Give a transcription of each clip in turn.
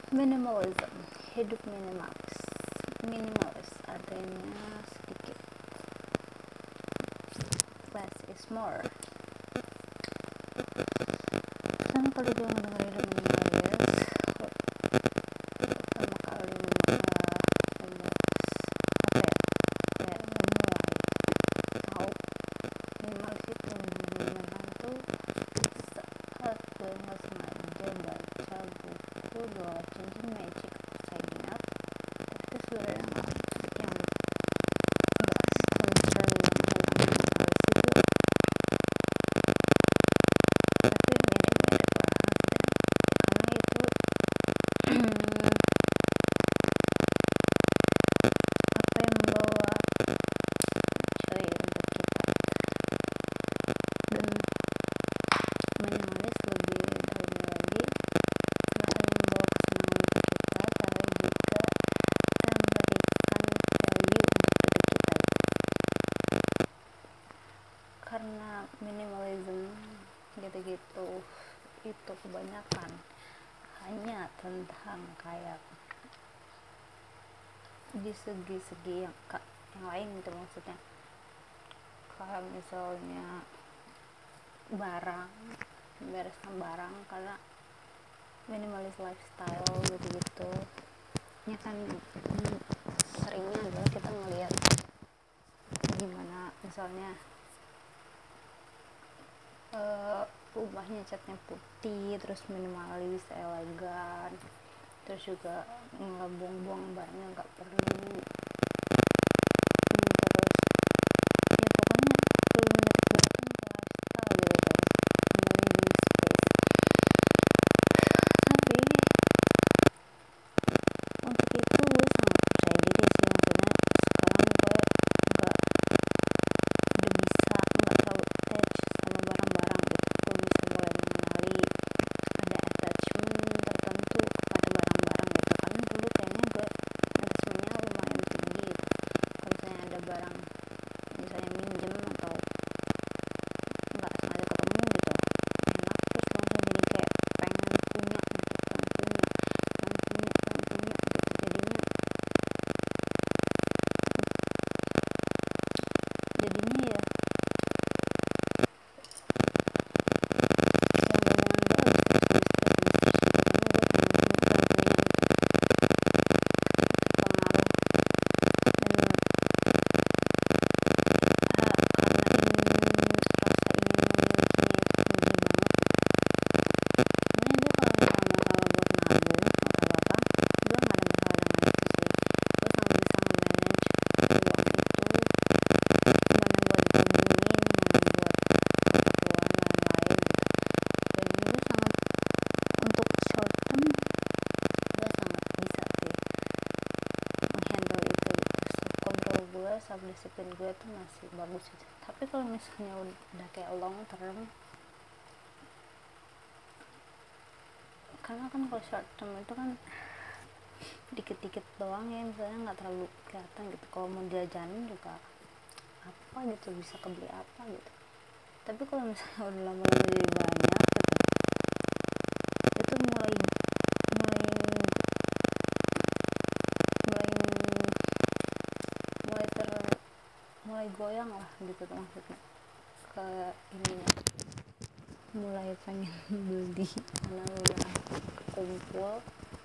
Minimalism, hidup minimalis artinya sedikit, less is more. Pertama kali gue ngedenger hidup minimalis, pertama kali kayak memulai tahu minimalis itu beneran tuh saat gue nggak sengaja baca buku The Changing Magic of Tidying Up. Tapi sebenarnya yang bahas concern tentang minimalis itu, tapi mirip-mirip lah karena itu apa yang membawa joy untuk kita. Dan minimalis lebih dalamnya lagi, selain membawa kesenangan untuk kita, tapi juga memberikan value untuk diri kita. Karena minimalism gitu-gitu itu kebanyakan hanya tentang kayak di segi-segi yang lain gitu, maksudnya kayak misalnya barang, membereskan barang, karena minimalis lifestyle gitu-gitu ya kan. Seringnya adalah kita ngelihat gimana misalnya rumahnya catnya putih, terus minimalis, elegan, terus juga nggak buang-buang barangnya nggak perlu, terus ya pokoknya lebih menitik beratkan ke lifestyle gitu kan, sama living space. Tapi untuk itu gue sangat percaya diri sih, maksudnya sekarang gue nggak udah bisa nggak terlalu attach sama barang-barang gitu. Gue bisa mulai mengenali ada attachment tertentu kepada barang-barang gitu, karena dulu kayaknya gue attachmentnya lumayan tinggi gitu. Kalau misalnya ada barang misalnya minjem atau nggak sengaja ketemu gitu enak, terus langsung jadi kayak pengen punya gitu, jadinya ya untuk short term gue sangat bisa sih menghandle itu gitu. Self control gue, self disiplin gue tuh masih bagus gitu. Tapi kalau misalnya udah kayak long term, karena kan kalau short term itu kan dikit-dikit doang ya, misalnya nggak terlalu kelihatan gitu. Kalau mau jajanin juga apa gitu, bisa kebeli apa gitu. Tapi kalau misalnya udah lama-lama jadi banyak gitu, itu mulai mulai goyang lah gitu maksudnya, ke ininya mulai pengen beli karena udah kumpul.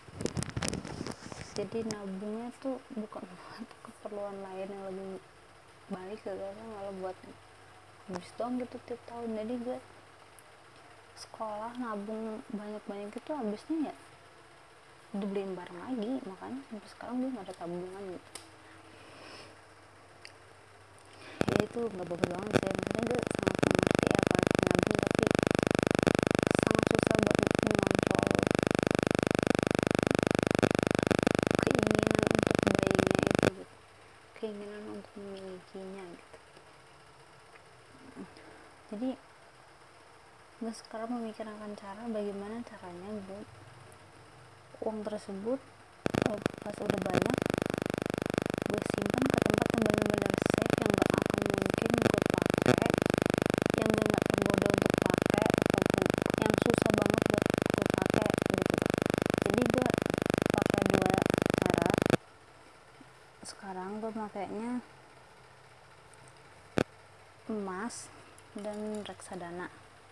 Jadi nabungnya tuh bukan buat keperluan lain yang lebih baik gitu, malah buat habis doang gitu tiap tahun. Jadi gue sekolah nabung banyak-banyak itu habisnya ya dibeliin barang lagi, makanya sampai sekarang gue gak ada tabungan gitu. Ya itu gak bagus banget sih, maksudnya gue sangat mengerti apa itu nabung, tapi sangat susah buat mengontrol keinginan untuk buyingnya itu gitu, keinginan untuk memilikinya gitu. Jadi gue sekarang memikirkan cara bagaimana caranya gue uang tersebut pas udah banyak gue simpan ke tempat yang benar-benar safe, yang gak akan mungkin gue pakai, yang gue gak tergoda untuk pakai, ataupun yang susah banget buat gue pakai gitu. Jadi gue makainya emas dan reksadana.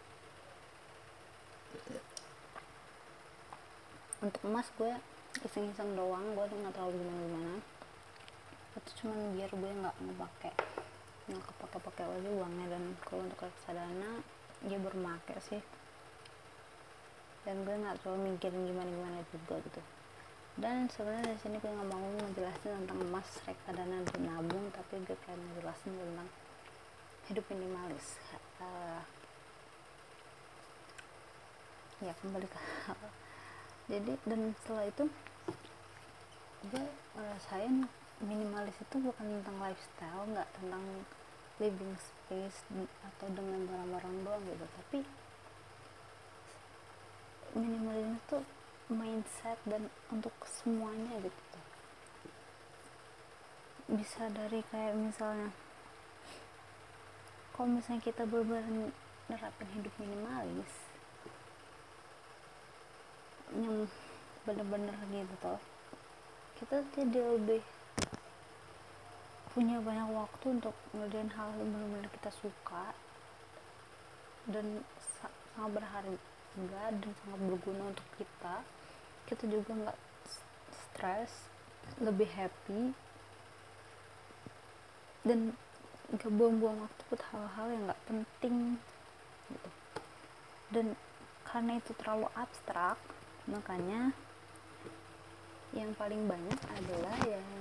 Untuk emas gue iseng-iseng doang, gue nggak terlalu gimana-gimana, itu cuma biar gue nggak kepake lagi uangnya. Dan kalau untuk reksadana dia bermakai sih, dan gue nggak terlalu mikirin gimana juga gitu. Dan sebenarnya di sini gue nggak mau ngejelasin tentang emas, reksadana dan nabung, tapi gue pengen ngejelasin tentang hidup minimalis. Ya kembali ke jadi, dan setelah itu gue ngerasain minimalis itu bukan tentang lifestyle, nggak tentang living space atau dengan barang-barang doang gitu, tapi minimalis itu mindset dan untuk semuanya gitu. Bisa dari kayak misalnya, kalau misalnya kita benar-benar nerapin hidup minimalis yang bener-bener gitu tuh, kita jadi lebih punya banyak waktu untuk ngerjain hal yang benar-benar kita suka dan sangat berharga dan sangat berguna untuk kita juga nggak stres, lebih happy, dan gak buang-buang waktu buat hal-hal yang nggak penting gitu. Dan karena itu terlalu abstrak, makanya yang paling banyak adalah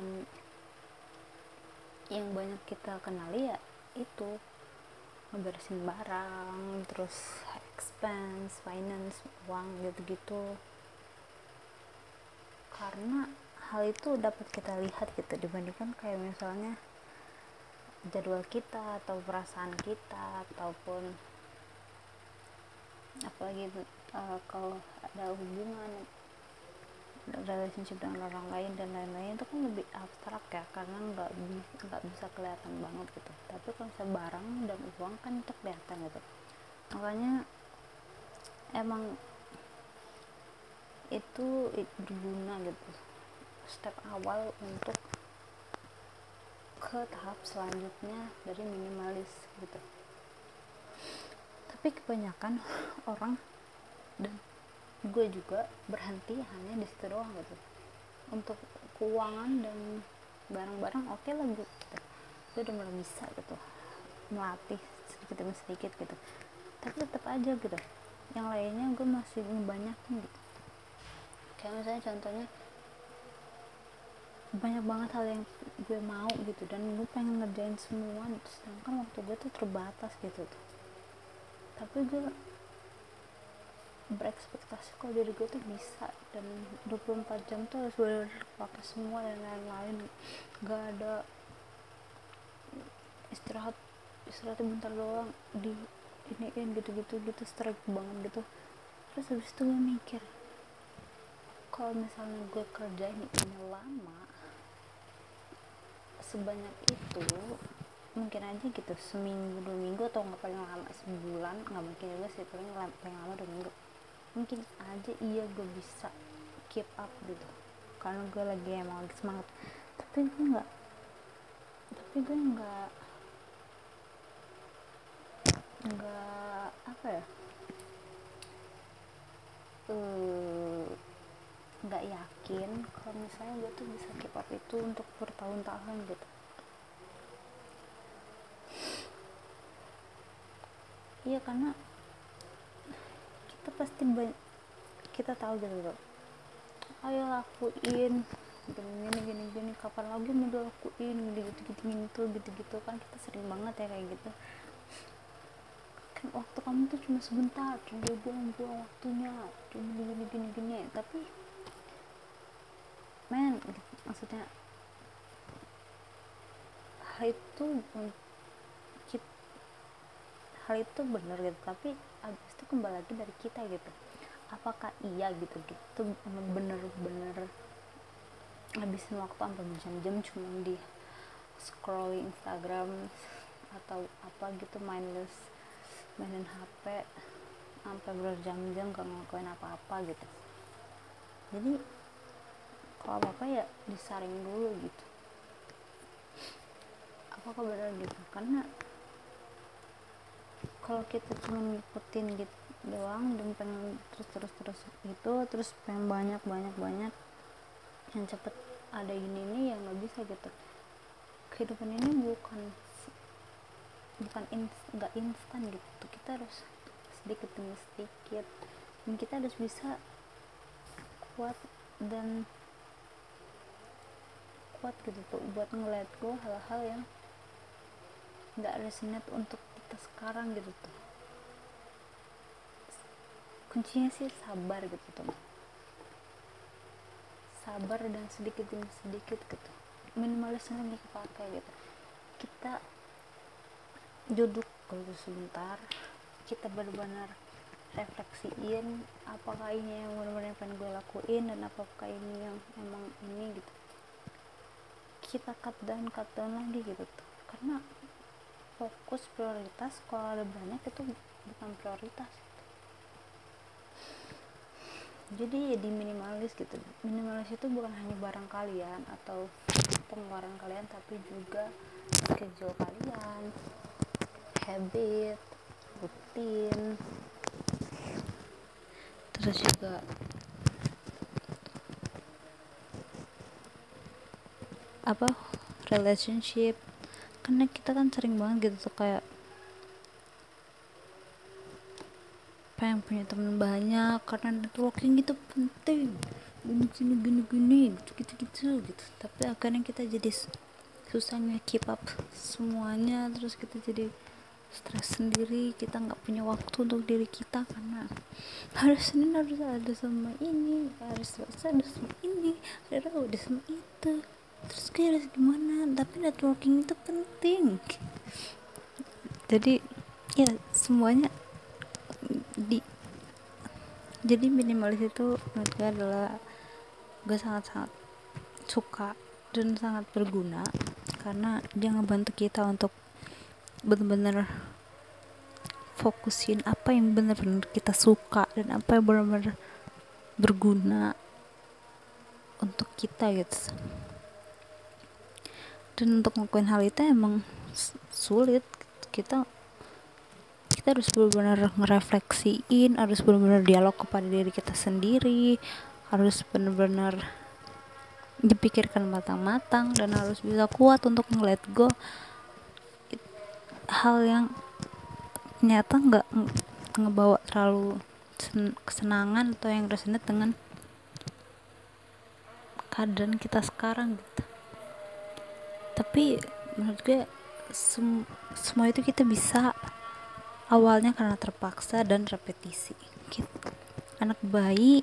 yang banyak kita kenali ya itu ngeberesin barang, terus expense, finance, uang gitu-gitu. Karena hal itu dapat kita lihat gitu, dibandingkan kayak misalnya jadwal kita atau perasaan kita, ataupun apalagi kalau ada hubungan, relationship dengan orang lain dan lain-lain, itu kan lebih abstrak ya, karena nggak bisa kelihatan banget gitu. Tapi kalau misalnya barang dan uang kan itu kelihatan gitu. Makanya emang itu berguna gitu, step awal untuk ke tahap selanjutnya dari minimalis gitu. Tapi kebanyakan orang, dan gue juga, berhenti hanya di situ doang gitu. Untuk keuangan dan barang-barang oke lah gitu, gue udah mulai bisa gitu melatih sedikit demi sedikit gitu. Tapi tetap aja gitu, yang lainnya gue masih ngebanyakin gitu. Kayak misalnya contohnya, banyak banget hal yang gue mau gitu, dan gue pengen ngerjain semua, sedangkan waktu gue tuh terbatas gitu tuh. Tapi gue berekspektasi kalau diri gue tuh bisa, dan 24 jam tuh harus bener-bener pakai semua dan lain-lain, gak ada istirahat bentar doang di iniin gitu strike banget gitu. Terus habis itu gue mikir, kalau misalnya gue kerjain ini lama sebanyak itu, mungkin aja gitu seminggu 2 minggu, atau nggak paling lama sebulan, nggak mungkin juga sih, paling lama 2 minggu, mungkin aja iya gue bisa keep up gitu, karena gue lagi emang lagi semangat. Tapi gue nggak apa ya, nggak yakin kalau misalnya gue tuh bisa keep up itu untuk bertahun-tahun gitu. Iya, karena kita pasti kita tahu gitu loh, ayo lakuin gini, kapan lagi mau dilakuin gitu kan, kita sering banget ya kayak gitu kan. Waktu kamu tuh cuma sebentar, cuma buang-buang waktunya, cuma gini. Tapi gitu, maksudnya hal itu hal itu benar gitu, tapi abis itu kembali lagi dari kita gitu, apakah iya gitu bener-bener ngabisin waktu sampai berjam-jam cuma di scrolling Instagram atau apa gitu, mainin HP sampai berjam-jam gak ngelakuin apa-apa gitu. Jadi kalau apa-apa ya disaring dulu gitu. apakah benar gitu. Karena kalau kita cuma ngikutin gitu doang dan pengen terus gitu, terus pengen banyak yang cepet ada ini ya nggak bisa gitu. Kehidupan ini nggak instan gitu, kita harus sedikit demi sedikit, dan kita harus bisa kuat dan kuat gitu tuh buat ngeliat go hal-hal yang nggak resonate untuk kita sekarang gitu tuh. Kuncinya sih sabar gitu tuh, sabar dan sedikit demi sedikit gitu. Minimalisme yang dipakai gitu, kita duduk dulu sebentar, kita benar-benar refleksiin apakah ini yang benar-benar pengen gue lakuin dan apakah ini yang emang ini gitu. Kita cut down lagi gitu tuh, karena fokus prioritas kalau ada banyak itu bukan prioritas. Jadi di minimalis gitu, minimalis itu bukan hanya barang kalian atau pengeluaran kalian, tapi juga schedule kalian, habit, rutin, terus juga apa, relationship. Karena kita kan sering banget gitu tuh kayak pengen punya teman banyak karena networking itu penting, gini gitu, tapi akhirnya kita jadi susah nge-keep up semuanya, terus kita jadi stres sendiri, kita nggak punya waktu untuk diri kita karena harus ada sama ini, harus ada sama ini, ada sama itu, terus kayak harus gimana, tapi networking itu penting. Jadi ya semuanya di jadi minimalis itu menurut gue adalah, gue sangat suka dan sangat berguna karena dia ngebantu kita untuk benar-benar fokusin apa yang benar-benar kita suka dan apa yang benar-benar berguna untuk kita gitu. Dan untuk ngelakuin hal itu emang sulit, kita harus benar-benar ngerefleksiin, harus benar-benar dialog kepada diri kita sendiri, harus benar-benar dipikirkan matang-matang, dan harus bisa kuat untuk nge-let go hal yang ternyata nggak ngebawa terlalu kesenangan atau yang resonate dengan keadaan kita sekarang gitu. Tapi menurut gue semua itu kita bisa awalnya karena terpaksa dan repetisi gitu. Anak bayi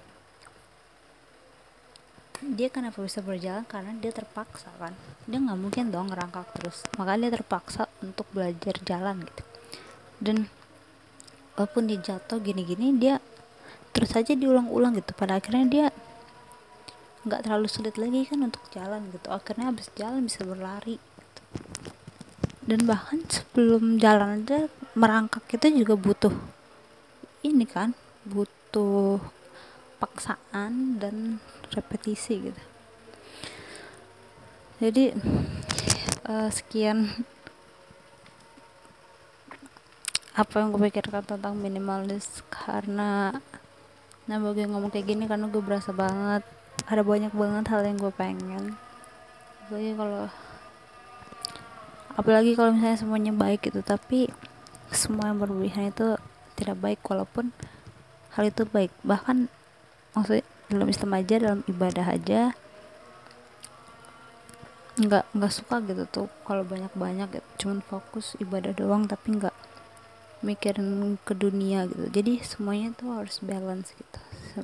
dia kenapa bisa berjalan karena dia terpaksa kan, dia nggak mungkin dong ngerangkak terus, makanya dia terpaksa untuk belajar jalan gitu. Dan walaupun dia jatuh gini-gini, dia terus aja diulang-ulang gitu, pada akhirnya dia nggak terlalu sulit lagi kan untuk jalan gitu, akhirnya habis jalan bisa berlari gitu. Dan bahkan sebelum jalan aja merangkak itu juga butuh ini kan, butuh paksaan dan repetisi gitu. Jadi sekian apa yang gue pikirkan tentang minimalis, karena gue ngomong kayak gini karena gue berasa banget ada banyak banget hal yang gue pengen, apalagi kalau misalnya semuanya baik gitu, tapi semua yang berlebihan itu tidak baik, walaupun hal itu baik. Bahkan maksudnya dalam Islam aja, dalam ibadah aja nggak suka gitu tuh kalau banyak gitu, cuman fokus ibadah doang tapi nggak mikirin ke dunia gitu. Jadi semuanya tuh harus balance gitu.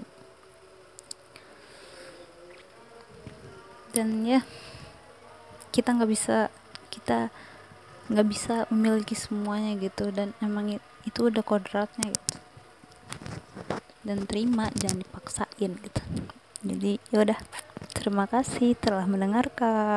Dan ya kita nggak bisa memiliki semuanya gitu, dan emang itu udah kodratnya gitu. Dan terima, jangan dipaksain gitu. Jadi yaudah, terima kasih telah mendengarkan.